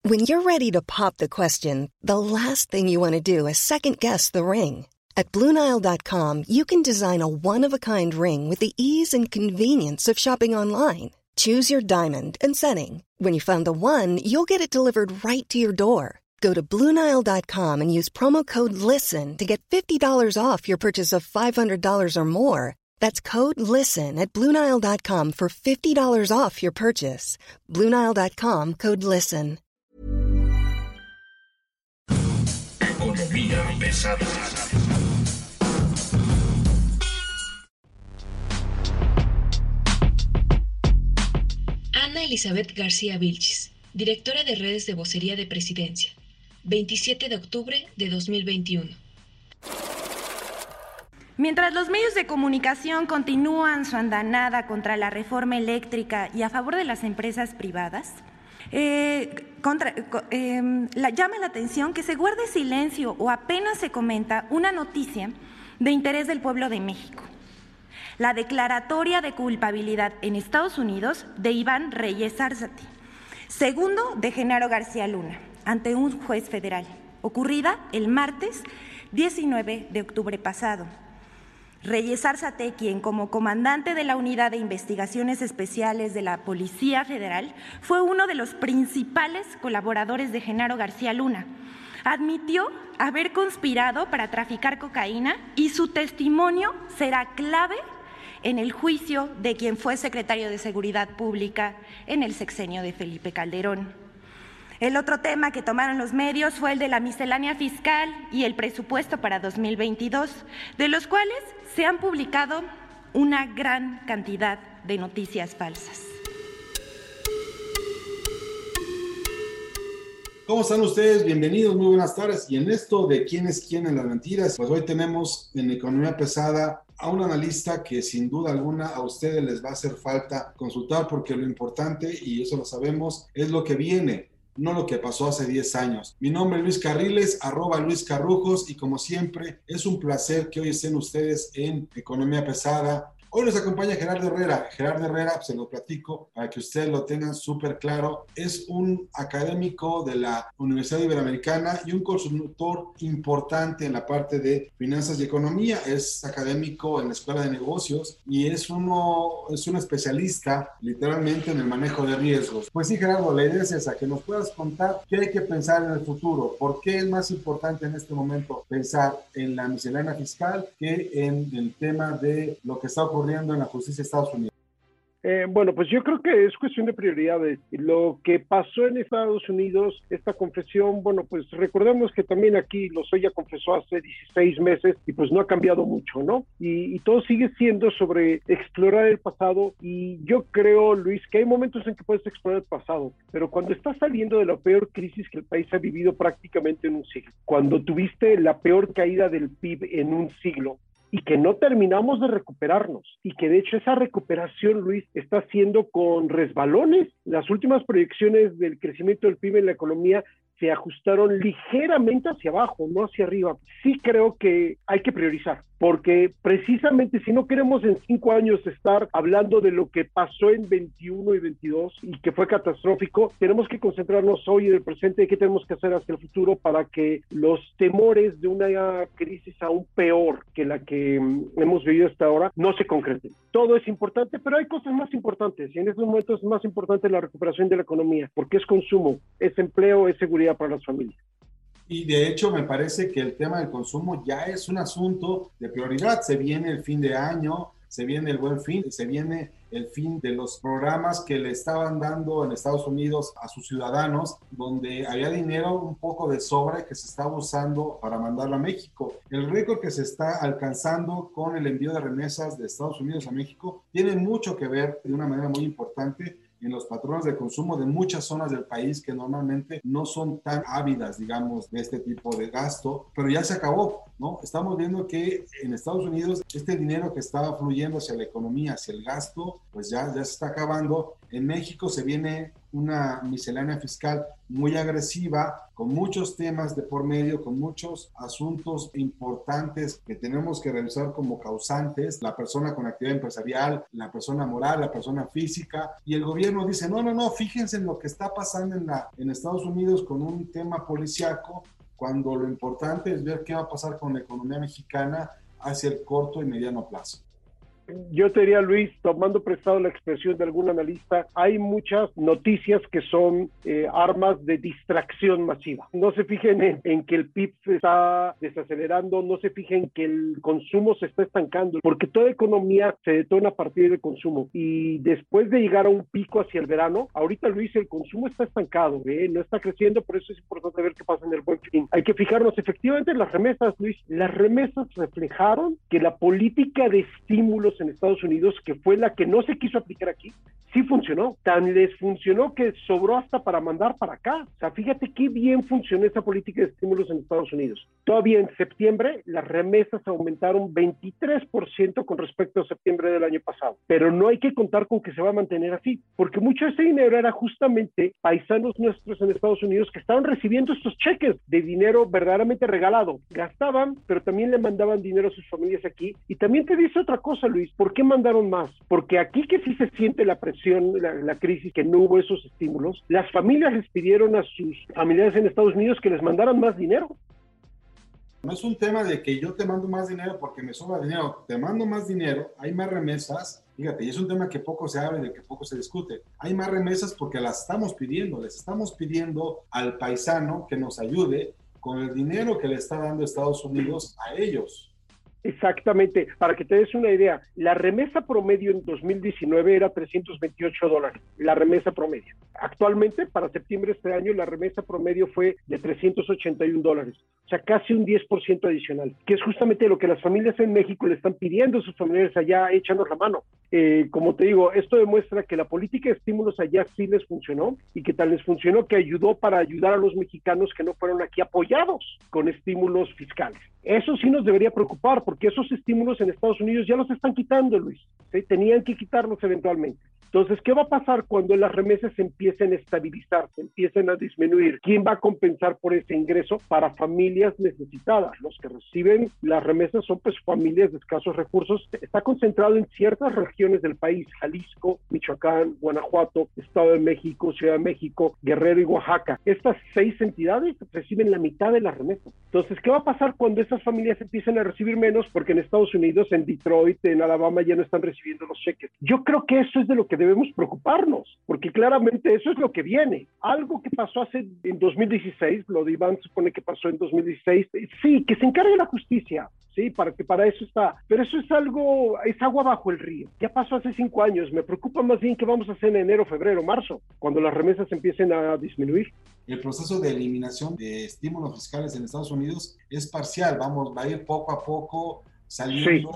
When you're ready to pop the question, the last thing you want to do is second-guess the ring. At BlueNile.com, you can design a one-of-a-kind ring with the ease and convenience of shopping online. Choose your diamond and setting. When you find the one, you'll get it delivered right to your door. Go to BlueNile.com and use promo code LISTEN to get $50 off your purchase of $500 or more. That's code LISTEN at BlueNile.com for $50 off your purchase. BlueNile.com, code LISTEN. Economía pesada. Ana Elizabeth García Vilchis, directora de redes de vocería de Presidencia, 27 de octubre de 2021. Mientras los medios de comunicación continúan su andanada contra la reforma eléctrica y a favor de las empresas privadas, llama la atención que se guarde silencio o apenas se comenta una noticia de interés del pueblo de México: la declaratoria de culpabilidad en Estados Unidos de Iván Reyes Arzate, segundo de Genaro García Luna, ante un juez federal, ocurrida el martes 19 de octubre pasado. Reyes Arzate, quien como comandante de la Unidad de Investigaciones Especiales de la Policía Federal fue uno de los principales colaboradores de Genaro García Luna, admitió haber conspirado para traficar cocaína y su testimonio será clave en el juicio de quien fue secretario de Seguridad Pública en el sexenio de Felipe Calderón. El otro tema que tomaron los medios fue el de la miscelánea fiscal y el presupuesto para 2022, de los cuales se han publicado una gran cantidad de noticias falsas. ¿Cómo están ustedes? Bienvenidos, muy buenas tardes. Y en esto de quién es quién en las mentiras, pues hoy tenemos en Economía Pesada a un analista que sin duda alguna a ustedes les va a hacer falta consultar, porque lo importante, y eso lo sabemos, es lo que viene, no lo que pasó hace 10 años. Mi nombre es Luis Carriles, @LuisCarrujos, y como siempre es un placer que hoy estén ustedes en Economía Pesada. Hoy nos acompaña Gerardo Herrera. Gerardo Herrera, se lo platico para que ustedes lo tengan súper claro. Es un académico de la Universidad Iberoamericana y un consultor importante en la parte de finanzas y economía. Es académico en la Escuela de Negocios y es un especialista literalmente en el manejo de riesgos. Pues sí, Gerardo, la idea es esa, que nos puedas contar qué hay que pensar en el futuro. ¿Por qué es más importante en este momento pensar en la miscelánea fiscal que en el tema de lo que está ocurriendo en la justicia de Estados Unidos? Bueno, pues yo creo que es cuestión de prioridades. Lo que pasó en Estados Unidos, esta confesión, bueno, pues recordemos que también aquí Lozoya confesó hace 16 meses y pues no ha cambiado mucho, ¿no? Y todo sigue siendo sobre explorar el pasado, y yo creo, Luis, que hay momentos en que puedes explorar el pasado, pero cuando estás saliendo de la peor crisis que el país ha vivido prácticamente en un siglo, cuando tuviste la peor caída del PIB en un siglo, y que no terminamos de recuperarnos, y que de hecho esa recuperación, Luis, está siendo con resbalones. Las últimas proyecciones del crecimiento del PIB en la economía se ajustaron ligeramente hacia abajo, no hacia arriba. Sí creo que hay que priorizar, porque precisamente si no queremos en 5 años estar hablando de lo que pasó en 21 y 22 y que fue catastrófico, tenemos que concentrarnos hoy en el presente y qué tenemos que hacer hacia el futuro para que los temores de una crisis aún peor que la que hemos vivido hasta ahora no se concreten. Todo es importante, pero hay cosas más importantes, y en estos momentos es más importante la recuperación de la economía, porque es consumo, es empleo, es seguridad para las familias. Y de hecho me parece que el tema del consumo ya es un asunto de prioridad. Se viene el fin de año, se viene el Buen Fin, se viene el fin de los programas que le estaban dando en Estados Unidos a sus ciudadanos, donde había dinero un poco de sobra que se estaba usando para mandarlo a México. El récord que se está alcanzando con el envío de remesas de Estados Unidos a México tiene mucho que ver de una manera muy importante en los patrones de consumo de muchas zonas del país que normalmente no son tan ávidas, digamos, de este tipo de gasto, pero ya se acabó, ¿no? Estamos viendo que en Estados Unidos este dinero que estaba fluyendo hacia la economía, hacia el gasto, pues ya se está acabando. En México se viene una miscelánea fiscal muy agresiva, con muchos temas de por medio, con muchos asuntos importantes que tenemos que revisar como causantes, la persona con actividad empresarial, la persona moral, la persona física, y el gobierno dice, no, fíjense en lo que está pasando en Estados Unidos con un tema policíaco, cuando lo importante es ver qué va a pasar con la economía mexicana hacia el corto y mediano plazo. Yo te diría, Luis, tomando prestado la expresión de algún analista, hay muchas noticias que son armas de distracción masiva. No se fijen en que el PIB se está desacelerando, no se fijen que el consumo se está estancando, porque toda economía se detona a partir del consumo. Y después de llegar a un pico hacia el verano, ahorita, Luis, el consumo está estancado, no está creciendo, por eso es importante ver qué pasa en el Buen Fin. Hay que fijarnos efectivamente en las remesas, Luis. Las remesas reflejaron que la política de estímulos en Estados Unidos, que fue la que no se quiso aplicar aquí, sí funcionó. Tan les funcionó que sobró hasta para mandar para acá. O sea, fíjate qué bien funcionó esa política de estímulos en Estados Unidos. Todavía en septiembre, las remesas aumentaron 23% con respecto a septiembre del año pasado. Pero no hay que contar con que se va a mantener así, porque mucho de ese dinero era justamente paisanos nuestros en Estados Unidos que estaban recibiendo estos cheques de dinero verdaderamente regalado. Gastaban, pero también le mandaban dinero a sus familias aquí. Y también te dice otra cosa, Luis, ¿por qué mandaron más? Porque aquí que sí se siente la presión, la crisis, que no hubo esos estímulos, las familias les pidieron a sus familiares en Estados Unidos que les mandaran más dinero. No es un tema de que yo te mando más dinero porque me sobra dinero, te mando más dinero, hay más remesas, fíjate, y es un tema que poco se habla y de que poco se discute. Hay más remesas porque las estamos pidiendo, les estamos pidiendo al paisano que nos ayude con el dinero que le está dando Estados Unidos a ellos. Exactamente, para que te des una idea, la remesa promedio en 2019 era $328, la remesa promedio. Actualmente, para septiembre de este año, la remesa promedio fue de $381, o sea, casi un 10% adicional, que es justamente lo que las familias en México le están pidiendo a sus familiares allá, échanos la mano. Como te digo, esto demuestra que la política de estímulos allá sí les funcionó, y que tal les funcionó que ayudó para ayudar a los mexicanos que no fueron aquí apoyados con estímulos fiscales. Eso sí nos debería preocupar, porque esos estímulos en Estados Unidos ya los están quitando, Luis. ¿Sí? Tenían que quitarlos eventualmente. Entonces, ¿qué va a pasar cuando las remesas empiecen a estabilizarse, empiecen a disminuir? ¿Quién va a compensar por ese ingreso para familias necesitadas? Los que reciben las remesas son pues familias de escasos recursos. Está concentrado en ciertas regiones del país: Jalisco, Michoacán, Guanajuato, Estado de México, Ciudad de México, Guerrero y Oaxaca. Estas 6 entidades reciben la mitad de las remesas. Entonces, ¿qué va a pasar cuando esas familias empiecen a recibir menos? Porque en Estados Unidos, en Detroit, en Alabama, ya no están recibiendo los cheques. Yo creo que eso es de lo que debemos preocuparnos, porque claramente eso es lo que viene. Algo que pasó en 2016, lo de Iván supone que pasó en 2016, sí, que se encargue la justicia, sí, para eso está, pero eso es agua bajo el río. Ya pasó hace 5 años, me preocupa más bien qué vamos a hacer en enero, febrero, marzo, cuando las remesas empiecen a disminuir. El proceso de eliminación de estímulos fiscales en Estados Unidos es parcial, va a ir poco a poco saliendo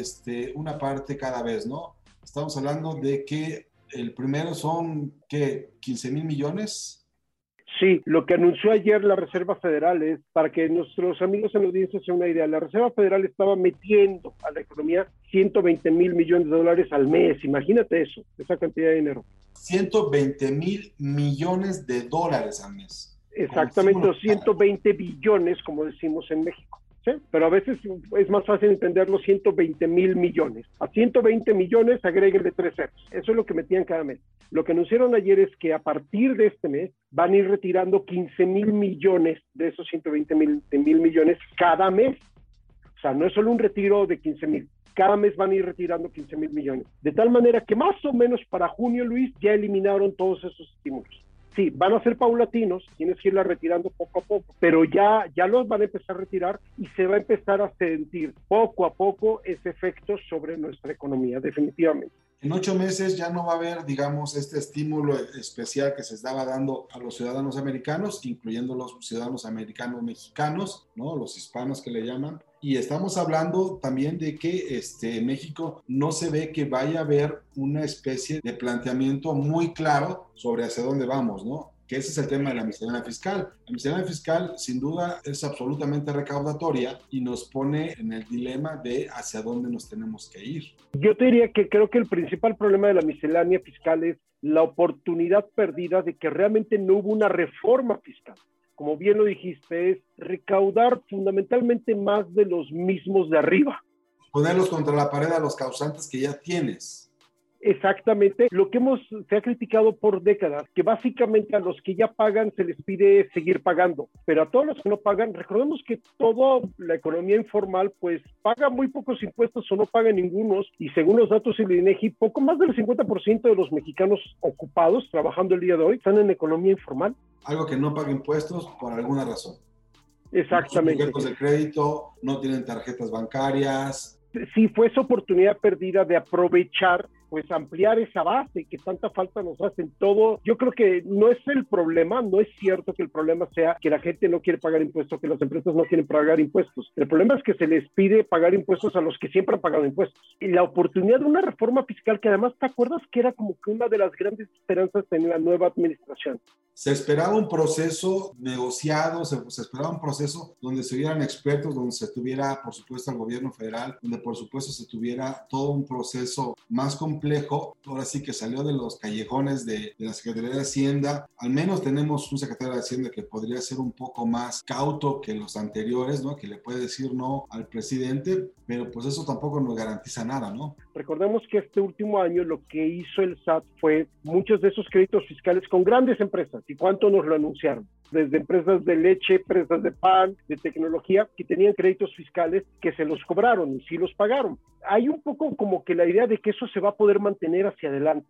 una parte cada vez, ¿no? Estamos hablando de que el primero son, ¿qué? ¿15,000 millones? Sí, lo que anunció ayer la Reserva Federal es, para que nuestros amigos en la audiencia se den una idea, la Reserva Federal estaba metiendo a la economía $120,000 millones al mes. Imagínate eso, esa cantidad de dinero. 120,000 millones de dólares al mes. Exactamente, o 120 billones, como decimos en México. ¿Sí? Pero a veces es más fácil entender los 120,000 millones. A 120 millones agréguenle 3 ceros. Eso es lo que metían cada mes. Lo que anunciaron ayer es que a partir de este mes van a ir retirando 15,000 millones de esos 120,000 millones cada mes. O sea, no es solo un retiro de 15,000. Cada mes van a ir retirando 15,000 millones. De tal manera que más o menos para junio, Luis, ya eliminaron todos esos estímulos. Sí, van a ser paulatinos, tienes que irla retirando poco a poco, pero ya los van a empezar a retirar y se va a empezar a sentir poco a poco ese efecto sobre nuestra economía, definitivamente. En 8 meses ya no va a haber, digamos, este estímulo especial que se estaba dando a los ciudadanos americanos, incluyendo los ciudadanos americanos mexicanos, ¿no? Los hispanos que le llaman. Y estamos hablando también de que en México no se ve que vaya a haber una especie de planteamiento muy claro sobre hacia dónde vamos, ¿no? que ese es el tema de la miscelánea fiscal. La miscelánea fiscal, sin duda, es absolutamente recaudatoria y nos pone en el dilema de hacia dónde nos tenemos que ir. Yo te diría que creo que el principal problema de la miscelánea fiscal es la oportunidad perdida de que realmente no hubo una reforma fiscal. Como bien lo dijiste, es recaudar fundamentalmente más de los mismos de arriba. Ponerlos contra la pared a los causantes que ya tienes. Exactamente, lo que se ha criticado por décadas, que básicamente a los que ya pagan se les pide seguir pagando, pero a todos los que no pagan, recordemos que toda la economía informal pues paga muy pocos impuestos o no paga ningunos, y según los datos del INEGI, poco más del 50% de los mexicanos ocupados trabajando el día de hoy están en economía informal. Algo que no paga impuestos por alguna razón. Exactamente. No tienen de crédito, no tienen tarjetas bancarias. Sí, fue esa oportunidad perdida de aprovechar, pues ampliar esa base que tanta falta nos hacen todo. Yo creo que no es el problema, no es cierto que el problema sea que la gente no quiere pagar impuestos, que las empresas no quieren pagar impuestos. El problema es que se les pide pagar impuestos a los que siempre han pagado impuestos. Y la oportunidad de una reforma fiscal que además, ¿te acuerdas que era como que una de las grandes esperanzas en la nueva administración? Se esperaba un proceso negociado, se esperaba un proceso donde se hubieran expertos, donde se tuviera, por supuesto, el gobierno federal, donde, por supuesto, se tuviera todo un proceso más complejo. Ahora sí que salió de los callejones de la Secretaría de Hacienda. Al menos tenemos un secretario de Hacienda que podría ser un poco más cauto que los anteriores, ¿no? Que le puede decir no al presidente, pero pues eso tampoco nos garantiza nada, ¿no? Recordemos que este último año lo que hizo el SAT fue muchos de esos créditos fiscales con grandes empresas. ¿Y cuánto nos lo anunciaron? Desde empresas de leche, empresas de pan, de tecnología, que tenían créditos fiscales que se los cobraron y sí los pagaron. Hay un poco como que la idea de que eso se va a poder mantener hacia adelante.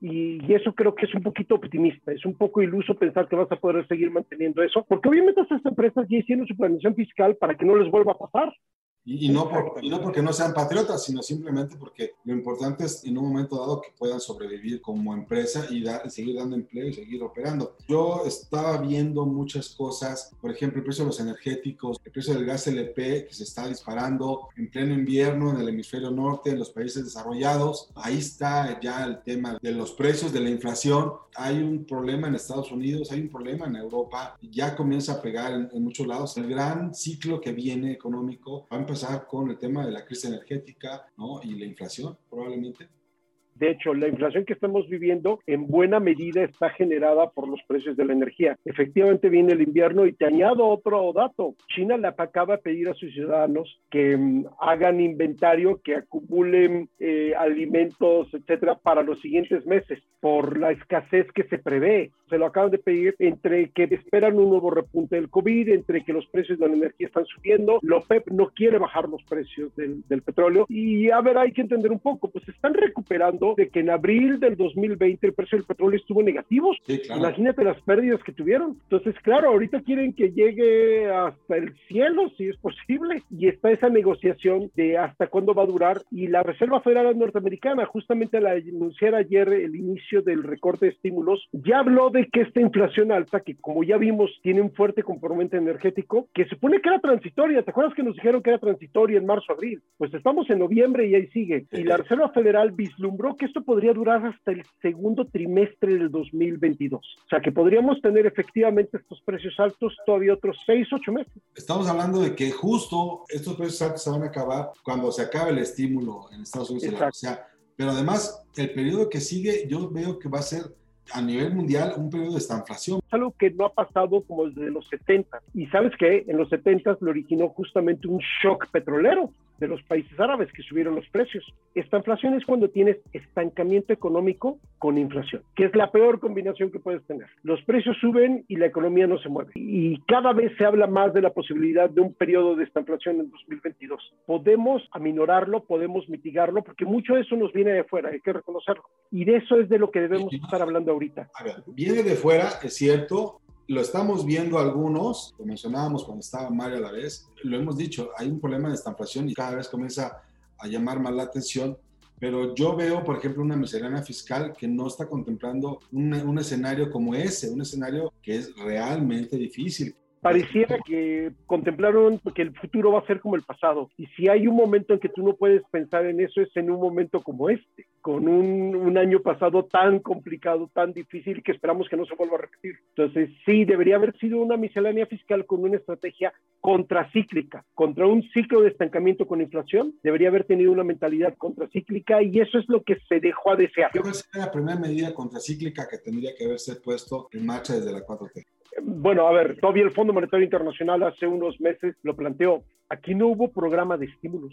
Y eso creo que es un poquito optimista, es un poco iluso pensar que vas a poder seguir manteniendo eso, porque obviamente estas empresas ya hicieron su planeación fiscal para que no les vuelva a pasar. Y no porque no sean patriotas, sino simplemente porque lo importante es en un momento dado que puedan sobrevivir como empresa y seguir dando empleo y seguir operando. Yo estaba viendo muchas cosas, por ejemplo, el precio de los energéticos, el precio del gas LP que se está disparando en pleno invierno en el hemisferio norte, en los países desarrollados. Ahí está ya el tema de los precios, de la inflación. Hay un problema en Estados Unidos, hay un problema en Europa, ya comienza a pegar en muchos lados. El gran ciclo que viene económico va a empezar con el tema de la crisis energética, ¿no? Y la inflación, probablemente. De hecho, la inflación que estamos viviendo en buena medida está generada por los precios de la energía. Efectivamente viene el invierno y te añado otro dato. China le acaba de pedir a sus ciudadanos que hagan inventario, que acumulen alimentos, etcétera, para los siguientes meses por la escasez que se prevé. Se lo acaban de pedir entre que esperan un nuevo repunte del COVID, entre que los precios de la energía están subiendo. La OPEP no quiere bajar los precios del petróleo y a ver, hay que entender un poco, pues están recuperando de que en abril del 2020 el precio del petróleo estuvo negativo. Sí, claro. Imagínate las pérdidas que tuvieron. Entonces, claro, ahorita quieren que llegue hasta el cielo, si es posible, y está esa negociación de hasta cuándo va a durar. Y la Reserva Federal Norteamericana, justamente al anunciar ayer el inicio del recorte de estímulos, ya habló de que esta inflación alta, que como ya vimos tiene un fuerte componente energético, que se supone que era transitoria. ¿Te acuerdas que nos dijeron que era transitoria en marzo, abril? Pues estamos en noviembre y ahí sigue. Y la Reserva Federal vislumbró que esto podría durar hasta el segundo trimestre del 2022. O sea, que podríamos tener efectivamente estos precios altos todavía otros 6-8 meses. Estamos hablando de que justo estos precios altos se van a acabar cuando se acabe el estímulo en Estados Unidos. Exacto. O sea, pero además, el periodo que sigue, yo veo que va a ser a nivel mundial un periodo de estanflación. Es algo que no ha pasado como desde los 70. Y ¿sabes qué? En los 70 lo originó justamente un shock petrolero de los países árabes que subieron los precios. Esta inflación es cuando tienes estancamiento económico con inflación, que es la peor combinación que puedes tener. Los precios suben y la economía no se mueve. Y cada vez se habla más de la posibilidad de un periodo de estanflación en 2022. Podemos aminorarlo, podemos mitigarlo, porque mucho de eso nos viene de fuera, hay que reconocerlo. Y de eso es de lo que debemos estar hablando ahorita. A ver, viene de fuera, es cierto. Lo estamos viendo algunos, lo mencionábamos cuando estaba Mario a la vez, lo hemos dicho, hay un problema de estanflación y cada vez comienza a llamar más la atención, pero yo veo, por ejemplo, una miscelánea fiscal que no está contemplando un escenario como ese, un escenario que es realmente difícil. Pareciera que contemplaron que el futuro va a ser como el pasado. Y si hay un momento en que tú no puedes pensar en eso, es en un momento como este, con un año pasado tan complicado, tan difícil, que esperamos que no se vuelva a repetir. Entonces, sí, debería haber sido una miscelánea fiscal con una estrategia contracíclica, contra un ciclo de estancamiento con inflación. Debería haber tenido una mentalidad contracíclica y eso es lo que se dejó a desear. Yo creo que sería la primera medida contracíclica que tendría que haberse puesto en marcha desde la 4T. Bueno, a ver, todavía el Fondo Monetario Internacional hace unos meses lo planteó. Aquí no hubo programa de estímulos.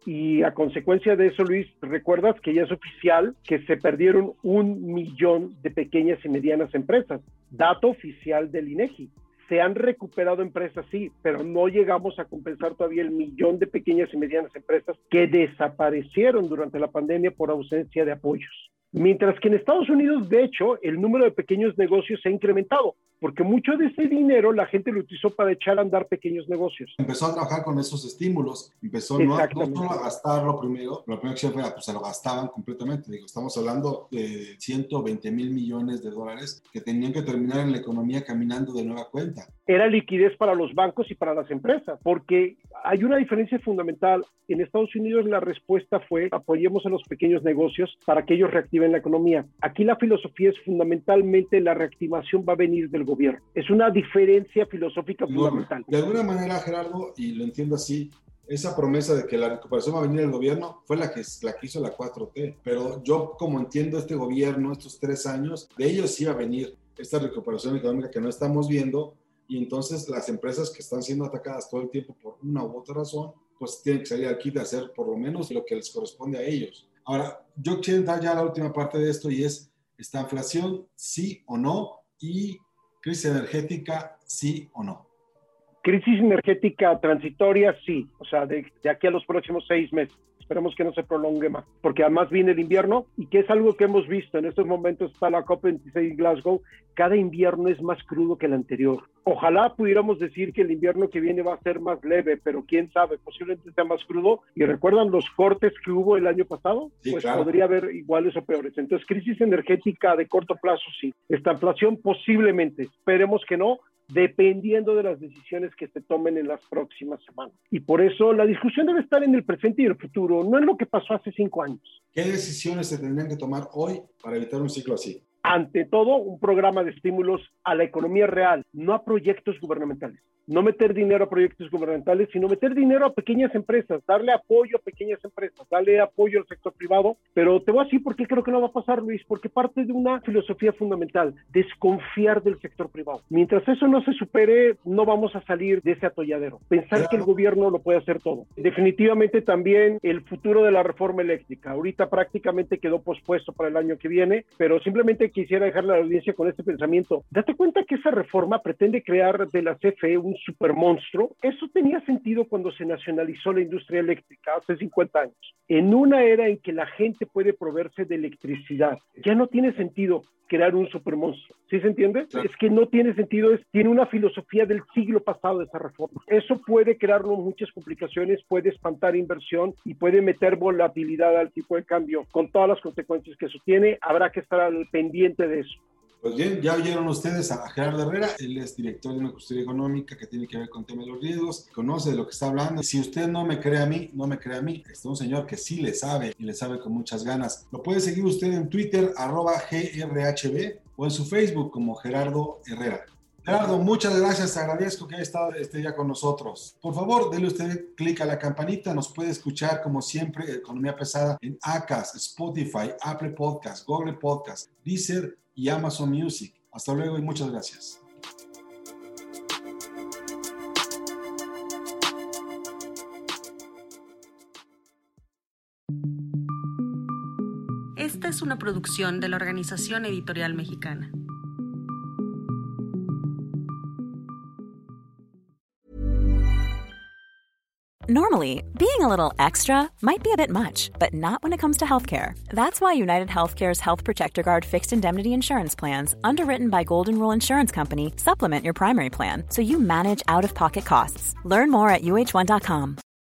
Y a consecuencia de eso, Luis, ¿recuerdas que ya es oficial que se perdieron 1 millón de pequeñas y medianas empresas? Dato oficial del INEGI. Se han recuperado empresas, sí, pero no llegamos a compensar todavía el 1 millón de pequeñas y medianas empresas que desaparecieron durante la pandemia por ausencia de apoyos. Mientras que en Estados Unidos, de hecho, el número de pequeños negocios se ha incrementado, porque mucho de ese dinero la gente lo utilizó para echar a andar pequeños negocios. Empezó a trabajar con esos estímulos, empezó no solo a gastarlo primero, lo primero que se fue, pues se lo gastaban completamente. Digo, estamos hablando de 120 mil millones de dólares que tenían que terminar en la economía caminando de nueva cuenta. Era liquidez para los bancos y para las empresas, porque hay una diferencia fundamental. En Estados Unidos la respuesta fue apoyemos a los pequeños negocios para que ellos reactiven la economía. Aquí la filosofía es fundamentalmente la reactivación va a venir del gobierno. Es una diferencia filosófica fundamental. De alguna manera, Gerardo, y lo entiendo así, esa promesa de que la recuperación va a venir del gobierno fue la que hizo la 4T. Pero yo, como entiendo este gobierno, estos 3 años, de ellos sí va a venir esta recuperación económica que no estamos viendo. Y entonces las empresas que están siendo atacadas todo el tiempo por una u otra razón, pues tienen que salir aquí de hacer por lo menos lo que les corresponde a ellos. Ahora, yo quiero entrar ya a la última parte de esto y es, ¿esta inflación sí o no? Y crisis energética sí o no. Crisis energética transitoria sí, o sea, de aquí a los próximos 6 meses. Esperemos que no se prolongue más, porque además viene el invierno y que es algo que hemos visto. En estos momentos está la COP26 en Glasgow. Cada invierno es más crudo que el anterior. Ojalá pudiéramos decir que el invierno que viene va a ser más leve, pero quién sabe, posiblemente sea más crudo. ¿Y recuerdan los cortes que hubo el año pasado? Sí, pues claro. Podría haber iguales o peores. Entonces, crisis energética de corto plazo sí. Esta inflación posiblemente, esperemos que no, dependiendo de las decisiones que se tomen en las próximas semanas. Y por eso la discusión debe estar en el presente y el futuro, no en lo que pasó hace 5 años. ¿Qué decisiones se tendrían que tomar hoy para evitar un ciclo así? Ante todo, un programa de estímulos a la economía real, no a proyectos gubernamentales. No meter dinero a proyectos gubernamentales, sino meter dinero a pequeñas empresas, darle apoyo a pequeñas empresas, darle apoyo al sector privado. Pero te voy a decir por qué creo que no va a pasar, Luis, porque parte de una filosofía fundamental, desconfiar del sector privado. Mientras eso no se supere, no vamos a salir de ese atolladero. Pensar que el gobierno lo puede hacer todo. Definitivamente también el futuro de la reforma eléctrica. Ahorita prácticamente quedó pospuesto para el año que viene, pero simplemente quisiera dejarle a la audiencia con este pensamiento. Date cuenta que esa reforma pretende crear de la CFE un supermonstruo. Eso tenía sentido cuando se nacionalizó la industria eléctrica hace 50 años. En una era en que la gente puede proveerse de electricidad, ya no tiene sentido crear un supermonstruo. ¿Sí se entiende? Claro. Es que no tiene sentido, tiene una filosofía del siglo pasado esa reforma. Eso puede crearnos muchas complicaciones, puede espantar inversión y puede meter volatilidad al tipo de cambio, con todas las consecuencias que eso tiene. Habrá que estar al pendiente de eso. Pues bien, ya oyeron ustedes a Gerardo Herrera, él es director de una consultoría económica que tiene que ver con temas de los riesgos, conoce de lo que está hablando. Si usted no me cree a mí, no me cree a mí. Es un señor que sí le sabe y le sabe con muchas ganas. Lo puede seguir usted en Twitter, @GRHB, o en su Facebook como Gerardo Herrera. Gerardo, muchas gracias, te agradezco que haya estado este día con nosotros. Por favor, denle usted clic a la campanita, nos puede escuchar como siempre Economía Pesada en Acast, Spotify, Apple Podcast, Google Podcast, Deezer y Amazon Music. Hasta luego y muchas gracias. Esta es una producción de la Organización Editorial Mexicana. Normally, being a little extra might be a bit much, but not when it comes to healthcare. That's why United Healthcare's Health Protector Guard fixed indemnity insurance plans, underwritten by Golden Rule Insurance Company, supplement your primary plan so you manage out-of-pocket costs. Learn more at UH1.com.